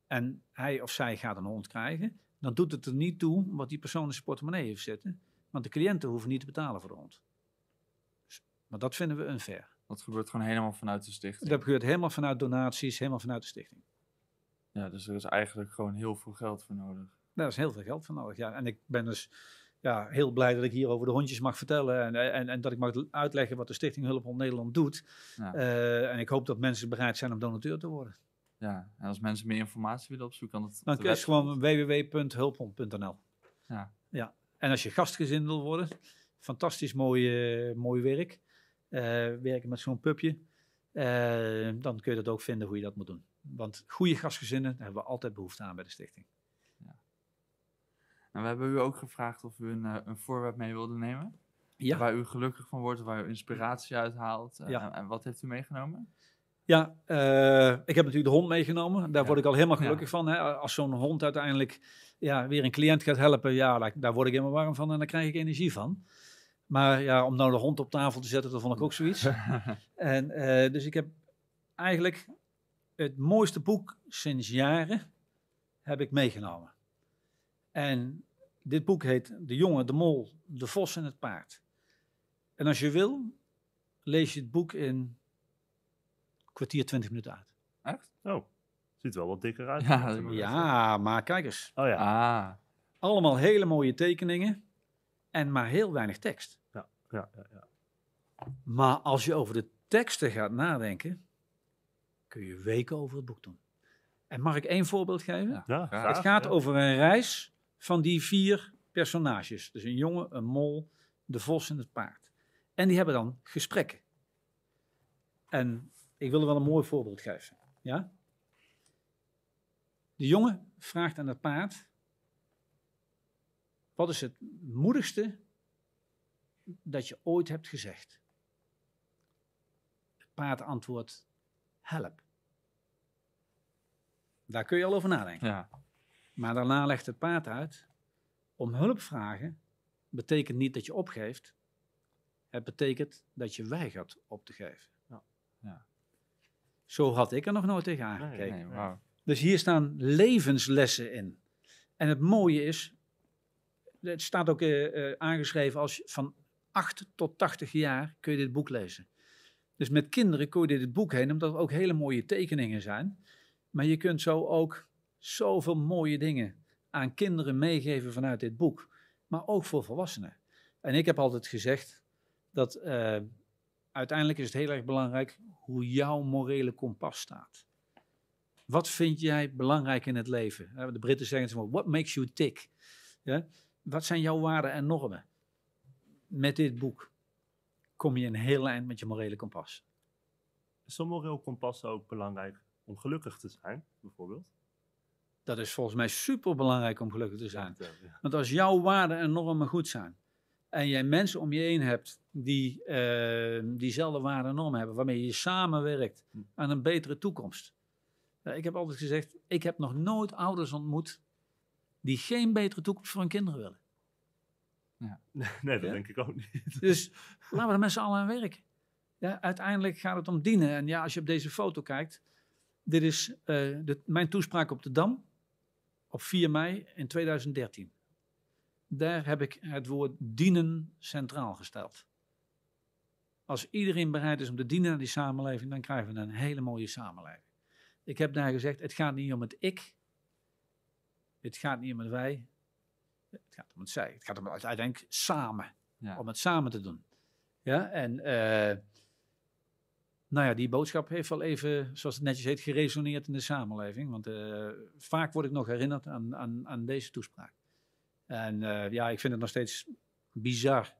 en hij of zij gaat een hond krijgen, dan doet het er niet toe wat die persoon in zijn portemonnee heeft zitten. Want de cliënten hoeven niet te betalen voor de hond. Maar dat vinden we unfair. Dat gebeurt gewoon helemaal vanuit de stichting. Dat gebeurt helemaal vanuit donaties, helemaal vanuit de stichting. Ja, dus er is eigenlijk gewoon heel veel geld voor nodig. Daar is heel veel geld voor nodig. Ja. En ik ben dus heel blij dat ik hier over de hondjes mag vertellen. En dat ik mag uitleggen wat de Stichting Hulphond Nederland doet. Ja. En ik hoop dat mensen bereid zijn om donateur te worden. Ja, en als mensen meer informatie willen opzoeken, kan dat op Dan de kun je website. gewoon www.hulphond.nl. Ja. Ja. En als je gastgezin wil worden, fantastisch mooi werk. Werken met zo'n pupje. Dan kun je dat ook vinden hoe je dat moet doen. Want goede gastgezinnen, daar hebben we altijd behoefte aan bij de stichting. En we hebben u ook gevraagd of u een voorwerp mee wilde nemen. Ja. Waar u gelukkig van wordt, waar u inspiratie uit haalt. Ja. En wat heeft u meegenomen? Ja, ik heb natuurlijk de hond meegenomen. Daar Ja. word ik al helemaal gelukkig Ja. van. Hè. Als zo'n hond uiteindelijk weer een cliënt gaat helpen, daar word ik helemaal warm van en daar krijg ik energie van. Maar ja, om nou de hond op tafel te zetten, dat vond ik ook zoiets. En dus ik heb eigenlijk het mooiste boek sinds jaren heb ik meegenomen. En dit boek heet De Jongen, de Mol, de Vos en het Paard. En als je wil, lees je het boek in een kwartier, 20 minuten uit. Echt? Oh, ziet er wel wat dikker uit. Ja, Ja, Ja, maar kijk eens. Oh ja. Ah, Allemaal hele mooie tekeningen en maar heel weinig tekst. Ja. Maar als je over de teksten gaat nadenken, kun je weken over het boek doen. En mag ik één voorbeeld geven? Ja. Ja, graag. graag, Het gaat ja. over een reis van die 4 personages. Dus een jongen, een mol, de vos en het paard. En die hebben dan gesprekken. En ik wil er wel een mooi voorbeeld geven. Ja? De jongen vraagt aan het paard: wat is het moedigste dat je ooit hebt gezegd? Het paard antwoordt: help. Daar kun je al over nadenken. ja. Maar daarna legt het paard uit: om hulp vragen betekent niet dat je opgeeft. Het betekent dat je weigert op te geven. Ja. Zo had ik er nog nooit tegen aangekeken. Nee, wauw. Dus hier staan levenslessen in. En het mooie is, het staat ook aangeschreven als van 8 tot 80 jaar kun je dit boek lezen. Dus met kinderen kun je dit boek heen, omdat er ook hele mooie tekeningen zijn. Maar je kunt zo ook zoveel mooie dingen aan kinderen meegeven vanuit dit boek. Maar ook voor volwassenen. En ik heb altijd gezegd dat uiteindelijk is het heel erg belangrijk hoe jouw morele kompas staat. Wat vind jij belangrijk in het leven? De Britten zeggen het zo, what makes you tick? Ja? Wat zijn jouw waarden en normen? Met dit boek kom je een heel eind met je morele kompas. Is zo'n moreel kompas ook belangrijk om gelukkig te zijn, bijvoorbeeld? Dat is volgens mij super belangrijk om gelukkig te zijn. Ja. Want als jouw waarden en normen goed zijn en jij mensen om je heen hebt die diezelfde waarden en normen hebben, waarmee je samenwerkt aan een betere toekomst. Ik heb altijd gezegd, ik heb nog nooit ouders ontmoet die geen betere toekomst voor hun kinderen willen. Nee, dat Ja. denk ik ook niet. Dus laten we er met z'n allen aan werken. Ja, uiteindelijk gaat het om dienen. En ja, als je op deze foto kijkt, dit is mijn toespraak op de Dam op 4 mei in 2013. Daar heb ik het woord dienen centraal gesteld. Als iedereen bereid is om te dienen aan die samenleving, dan krijgen we een hele mooie samenleving. Ik heb daar gezegd, het gaat niet om het ik. Het gaat niet om het wij. Het gaat om het zij. Het gaat om het uiteindelijk samen. Ja. Om het samen te doen. Ja, en nou ja, die boodschap heeft wel even, zoals het netjes heet, geresoneerd in de samenleving. Want vaak word ik nog herinnerd aan deze toespraak. En ja, ik vind het nog steeds bizar.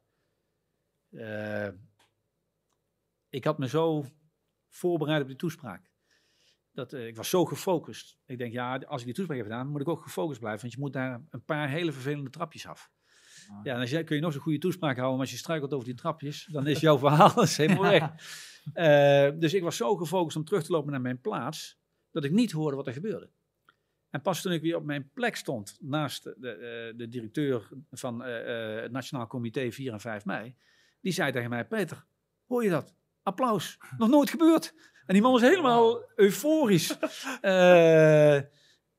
Ik had me zo voorbereid op die toespraak. Ik was zo gefocust. Ik denk, ja, als ik die toespraak heb gedaan, moet ik ook gefocust blijven. Want je moet daar een paar hele vervelende trapjes af. Ah. Ja, en als kun je nog zo'n goede toespraak houden, maar als je struikelt over die trapjes, dan is jouw verhaal is helemaal weg. Dus ik was zo gefocust om terug te lopen naar mijn plaats, dat ik niet hoorde wat er gebeurde. En pas toen ik weer op mijn plek stond, naast de directeur van het Nationaal Comité 4 en 5 mei, die zei tegen mij: Peter, hoor je dat? Applaus, nog nooit gebeurd. En die man was helemaal euforisch.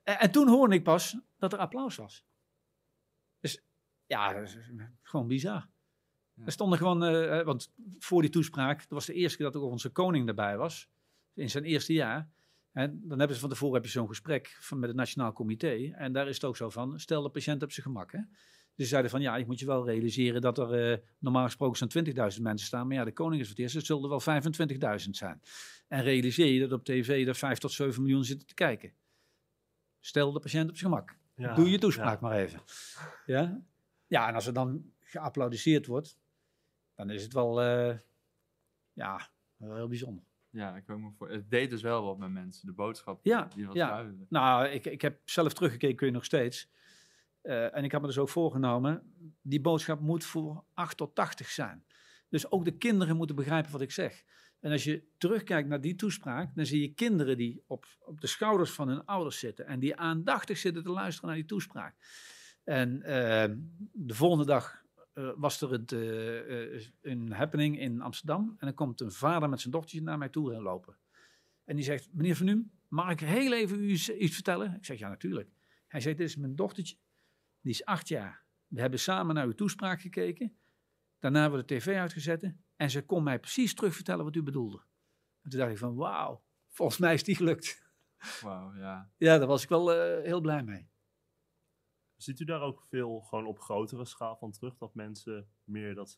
En toen hoorde ik pas dat er applaus was. Dus ja, dat is gewoon bizar. Ja. Er stonden gewoon, want voor die toespraak, dat was de eerste keer dat ook onze koning erbij was, in zijn eerste jaar. En dan hebben ze van tevoren heb je zo'n gesprek met het Nationaal Comité. En daar is het ook zo van, stel de patiënt op zijn gemak. Hè? Dus ze zeiden van, ja, je moet je wel realiseren dat er normaal gesproken zo'n 20.000 mensen staan. Maar ja, de koning is voor het eerst, het zullen er wel 25.000 zijn. En realiseer je dat op tv er 5 tot 7 miljoen zitten te kijken. Stel de patiënt op zijn gemak. Ja, Doe je toespraak ja. maar even. Ja? Ja, en als er dan geapplaudisseerd wordt, dan is het wel, wel heel bijzonder. Ja, ik kan me voor. Het deed dus wel wat met mensen. De boodschap Ja, die was ja. duidelijk. Nou, ik heb zelf teruggekeken, kun je nog steeds. En ik heb me dus ook voorgenomen, die boodschap moet voor 8 tot 80 zijn. Dus ook de kinderen moeten begrijpen wat ik zeg. En als je terugkijkt naar die toespraak, dan zie je kinderen die op de schouders van hun ouders zitten en die aandachtig zitten te luisteren naar die toespraak. En de volgende dag was er een happening in Amsterdam en dan komt een vader met zijn dochtertje naar mij toe lopen. En die zegt, meneer Van Nuem, mag ik heel even u iets vertellen? Ik zeg, ja, natuurlijk. Hij zegt, dit is mijn dochtertje, die is 8 jaar. We hebben samen naar uw toespraak gekeken. Daarna hebben we de tv uitgezet en ze kon mij precies terugvertellen wat u bedoelde. En toen dacht ik van, wauw, volgens mij is die gelukt. Wauw, ja. Ja, daar was ik wel heel blij mee. Ziet u daar ook veel gewoon op grotere schaal van terug? Dat mensen meer dat,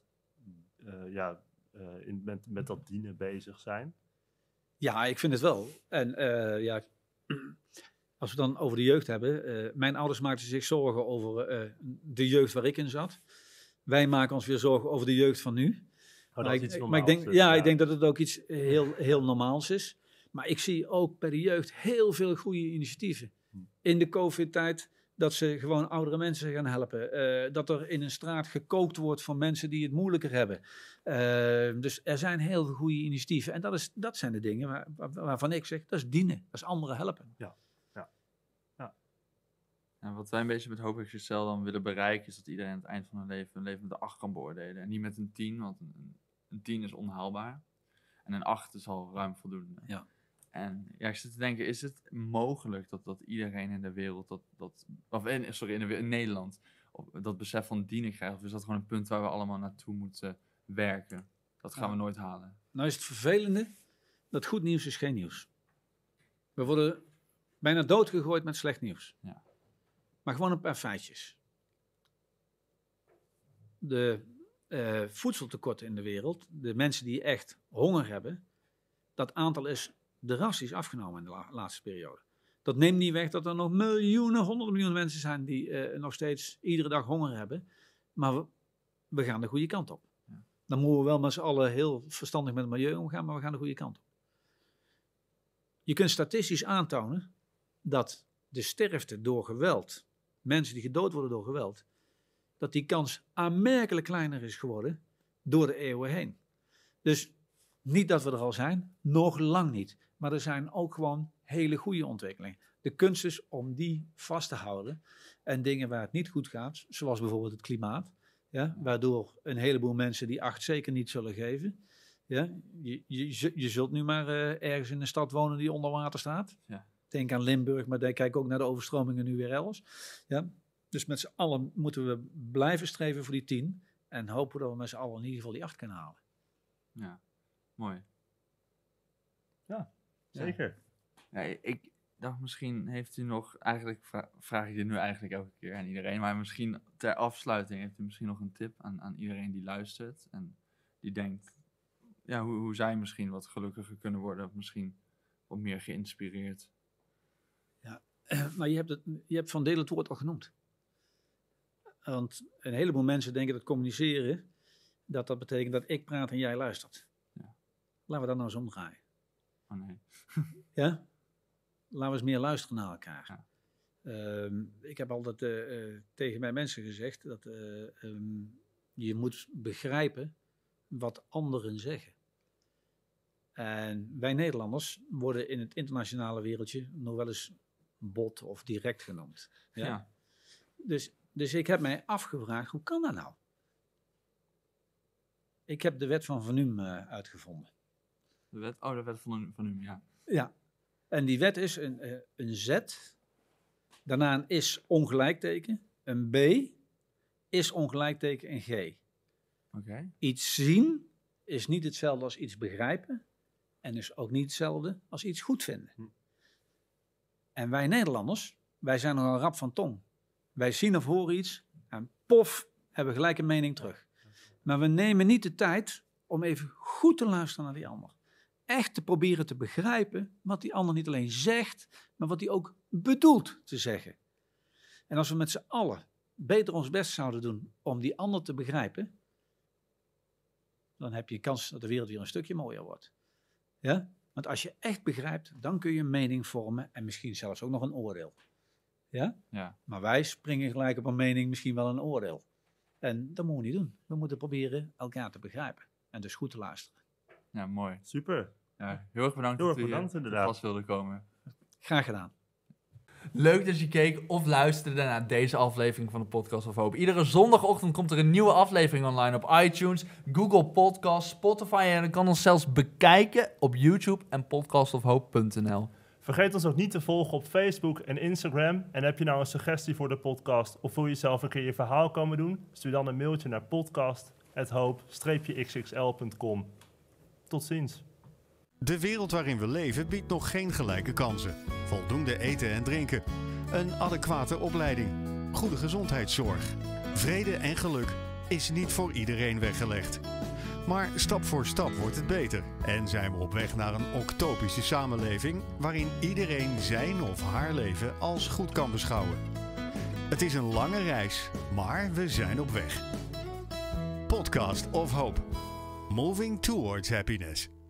met dat dienen bezig zijn? Ja, ik vind het wel. En als we dan over de jeugd hebben. Mijn ouders maakten zich zorgen over de jeugd waar ik in zat. Wij maken ons weer zorgen over de jeugd van nu. Oh, Maar dat is iets ik normaals, denk, dus, ja, ik denk dat het ook iets heel normaals is. Maar ik zie ook bij de jeugd heel veel goede initiatieven. In de COVID-tijd dat ze gewoon oudere mensen gaan helpen. Dat er in een straat gekookt wordt voor mensen die het moeilijker hebben. Dus er zijn heel veel goede initiatieven. En dat zijn de dingen waarvan ik zeg, dat is dienen. Dat is anderen helpen. En wat wij een beetje met Hoop XXL dan willen bereiken, is dat iedereen aan het eind van hun leven met een 8 kan beoordelen. En niet met een 10, want een 10 is onhaalbaar. En een 8 is al ruim voldoende. Ja. En ja, ik zit te denken, is het mogelijk dat iedereen in de wereld, in Nederland, dat besef van dienen krijgt? Of is dat gewoon een punt waar we allemaal naartoe moeten werken? Dat gaan we nooit halen. Nou is het vervelende, dat goed nieuws is geen nieuws. We worden bijna doodgegooid met slecht nieuws. Ja. Maar gewoon een paar feitjes. De voedseltekorten in de wereld, de mensen die echt honger hebben, dat aantal is drastisch afgenomen in de laatste periode. Dat neemt niet weg dat er nog miljoenen, honderden miljoenen mensen zijn die nog steeds iedere dag honger hebben. Maar we gaan de goede kant op. Ja. Dan moeten we wel met z'n allen heel verstandig met het milieu omgaan, maar we gaan de goede kant op. Je kunt statistisch aantonen dat de sterfte door geweld, mensen die gedood worden door geweld, dat die kans aanmerkelijk kleiner is geworden door de eeuwen heen. Dus niet dat we er al zijn, nog lang niet. Maar er zijn ook gewoon hele goede ontwikkelingen. De kunst is om die vast te houden. En dingen waar het niet goed gaat, zoals bijvoorbeeld het klimaat. Ja, waardoor een heleboel mensen die 8 zeker niet zullen geven. Ja, je zult nu maar ergens in een stad wonen die onder water staat. Ja. Denk aan Limburg, maar kijk ook naar de overstromingen nu weer elders. Ja, dus met z'n allen moeten we blijven streven voor die 10. En hopen dat we met z'n allen in ieder geval die 8 kunnen halen. Ja, mooi. Zeker. Ja, ik dacht misschien heeft u nog, eigenlijk vraag ik dit nu eigenlijk elke keer aan iedereen, maar misschien ter afsluiting heeft u misschien nog een tip aan iedereen die luistert en die denkt, ja, hoe zij misschien wat gelukkiger kunnen worden of misschien wat meer geïnspireerd. Maar je hebt Van Delen het woord al genoemd. Want een heleboel mensen denken dat communiceren, dat betekent dat ik praat en jij luistert. Ja. Laten we dat nou eens omdraaien. Oh nee. Ja? Laten we eens meer luisteren naar elkaar. Ja. Ik heb altijd tegen mijn mensen gezegd dat je moet begrijpen wat anderen zeggen. En wij Nederlanders worden in het internationale wereldje nog wel eens bot of direct genoemd. Ja? Ja. Dus ik heb mij afgevraagd, hoe kan dat nou? Ik heb de wet van Van Nuem uitgevonden. De wet van u, ja. Ja, en die wet is een zet Daarna een is ongelijkteken. Een B is ongelijkteken een G. Oké. Iets zien is niet hetzelfde als iets begrijpen. En is ook niet hetzelfde als iets goed vinden. En wij Nederlanders, wij zijn nogal rap van tong. Wij zien of horen iets en pof, hebben gelijk een mening terug. Maar we nemen niet de tijd om even goed te luisteren naar die ander. Echt te proberen te begrijpen wat die ander niet alleen zegt, maar wat hij ook bedoelt te zeggen. En als we met z'n allen beter ons best zouden doen om die ander te begrijpen, dan heb je kans dat de wereld weer een stukje mooier wordt. Ja? Want als je echt begrijpt, dan kun je een mening vormen en misschien zelfs ook nog een oordeel. Ja? Ja. Maar wij springen gelijk op een mening, misschien wel een oordeel. En dat moeten we niet doen. We moeten proberen elkaar te begrijpen en dus goed te luisteren. Ja, mooi. Super. Ja, heel erg bedankt Heel dat erg u bedankt, hier inderdaad. vast wilde komen. Graag gedaan. Leuk dat je keek of luisterde naar deze aflevering van de Podcast of Hope. Iedere zondagochtend komt er een nieuwe aflevering online op iTunes, Google Podcasts, Spotify en je kan ons zelfs bekijken op YouTube en podcastofhope.nl. Vergeet ons ook niet te volgen op Facebook en Instagram. En heb je nou een suggestie voor de podcast of wil je zelf een keer je verhaal komen doen? Stuur dan een mailtje naar podcast@hope-xxl.com. Tot ziens. De wereld waarin we leven biedt nog geen gelijke kansen. Voldoende eten en drinken. Een adequate opleiding. Goede gezondheidszorg. Vrede en geluk is niet voor iedereen weggelegd. Maar stap voor stap wordt het beter. En zijn we op weg naar een octopische samenleving waarin iedereen zijn of haar leven als goed kan beschouwen. Het is een lange reis, maar we zijn op weg. Podcast of Hope. Moving towards happiness.